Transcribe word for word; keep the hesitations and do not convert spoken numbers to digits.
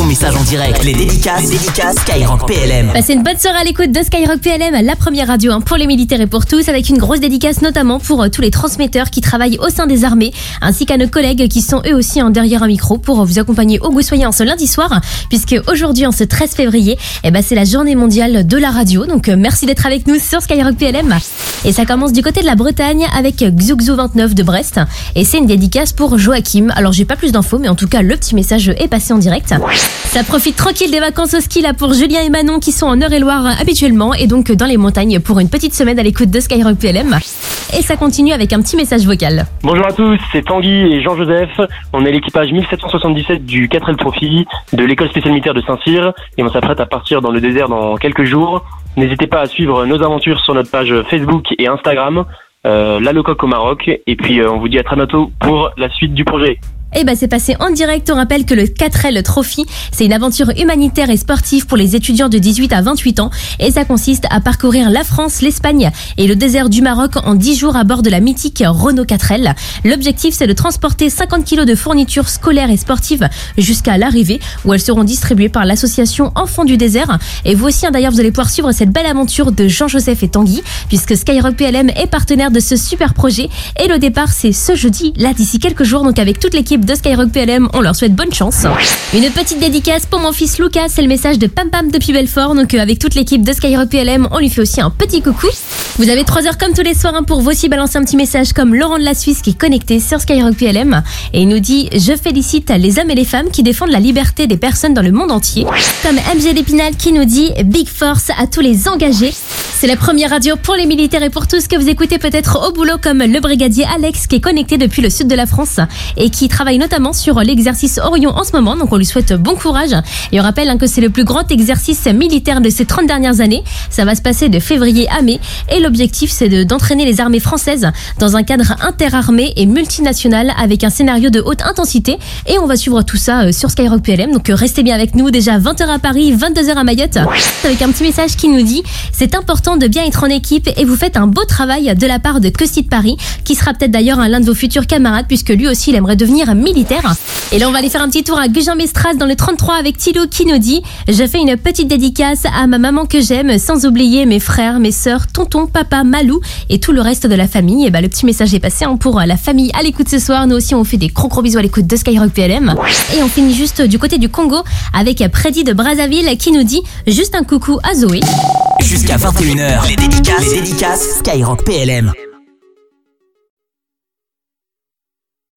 ton message en direct. Les dédicaces, les dédicaces Skyrock P L M. Passez une bonne soirée à l'écoute de Skyrock P L M, la première radio hein, pour les militaires et pour tous, avec une grosse dédicace notamment pour euh, tous les transmetteurs qui travaillent au sein des armées, ainsi qu'à nos collègues qui sont eux aussi hein, derrière un micro pour vous accompagner au goût soyez en ce lundi soir, puisque aujourd'hui en ce treize février, eh ben, c'est la journée mondiale de la radio. Donc euh, merci d'être avec nous sur Skyrock P L M. Et ça commence du côté de la Bretagne avec Xouxou vingt-neuf de Brest. Et c'est une dédicace pour Joachim. Alors j'ai pas plus d'infos, mais en tout cas le petit message est passé en direct. Ça profite tranquille des vacances au ski là pour Julien et Manon qui sont en Eure-et-Loire habituellement et donc dans les montagnes pour une petite semaine à l'écoute de Skyrock P L M. Et ça continue avec un petit message vocal. Bonjour à tous, c'est Tanguy et Jean-Joseph. On est l'équipage mille sept cent soixante-dix-sept du quatre L Trophy de l'école spéciale militaire de Saint-Cyr et on s'apprête à partir dans le désert dans quelques jours. N'hésitez pas à suivre nos aventures sur notre page Facebook et Instagram, euh, La Lecoq au Maroc. Et puis euh, on vous dit à très bientôt pour la suite du projet. Et bah c'est passé en direct. On rappelle que le quatre L Trophy, c'est une aventure humanitaire et sportive pour les étudiants de dix-huit à vingt-huit ans. Et ça consiste à parcourir la France, l'Espagne et le désert du Maroc en dix jours à bord de la mythique Renault quatre L. L'objectif, c'est de transporter cinquante kilos de fournitures scolaires et sportives jusqu'à l'arrivée où elles seront distribuées par l'association Enfants du désert. Et vous aussi, hein, d'ailleurs, vous allez pouvoir suivre cette belle aventure de Jean-Joseph et Tanguy puisque Skyrock P L M est partenaire de ce super projet. Et le départ, c'est ce jeudi, là, d'ici quelques jours. Donc avec toute l'équipe de Skyrock P L M, on leur souhaite bonne chance. Une petite dédicace pour mon fils Lucas, c'est le message de Pam Pam depuis Belfort. Donc euh, avec toute l'équipe de Skyrock P L M, on lui fait aussi un petit coucou. Vous avez trois heures comme tous les soirs hein, pour vous aussi balancer un petit message comme Laurent de la Suisse qui est connecté sur Skyrock P L M et il nous dit: je félicite les hommes et les femmes qui défendent la liberté des personnes dans le monde entier. Comme M G d'Épinal qui nous dit: big force à tous les engagés. C'est la première radio pour les militaires et pour tous que vous écoutez peut-être au boulot, comme le brigadier Alex qui est connecté depuis le sud de la France et qui travaille notamment sur l'exercice Orion en ce moment. Donc on lui souhaite bon courage. Et on rappelle hein, que c'est le plus grand exercice militaire de ces trente dernières années. Ça va se passer de février à mai et l'objectif c'est de, d'entraîner les armées françaises dans un cadre interarmé et multinational avec un scénario de haute intensité. Et on va suivre tout ça euh, sur Skyrock P L M. Donc euh, restez bien avec nous. Déjà vingt heures à Paris, vingt-deux heures à Mayotte, avec un petit message qui nous dit: c'est important de bien être en équipe et vous faites un beau travail de la part de Cosy de Paris, qui sera peut-être d'ailleurs l'un de vos futurs camarades puisque lui aussi il aimerait devenir militaire. Et là on va aller faire un petit tour à Gujan-Mestras dans le trente-trois avec Thilo qui nous dit: je fais une petite dédicace à ma maman que j'aime, sans oublier mes frères, mes sœurs, tonton, papa, Malou et tout le reste de la famille. Et bah le petit message est passé hein, pour la famille à l'écoute ce soir. Nous aussi on fait des gros gros bisous à l'écoute de Skyrock P L M. Et on finit juste du côté du Congo avec Prédi de Brazzaville qui nous dit juste un coucou à Zoé. Jusqu'à vingt et une heures, les dédicaces, les dédicaces Skyrock P L M.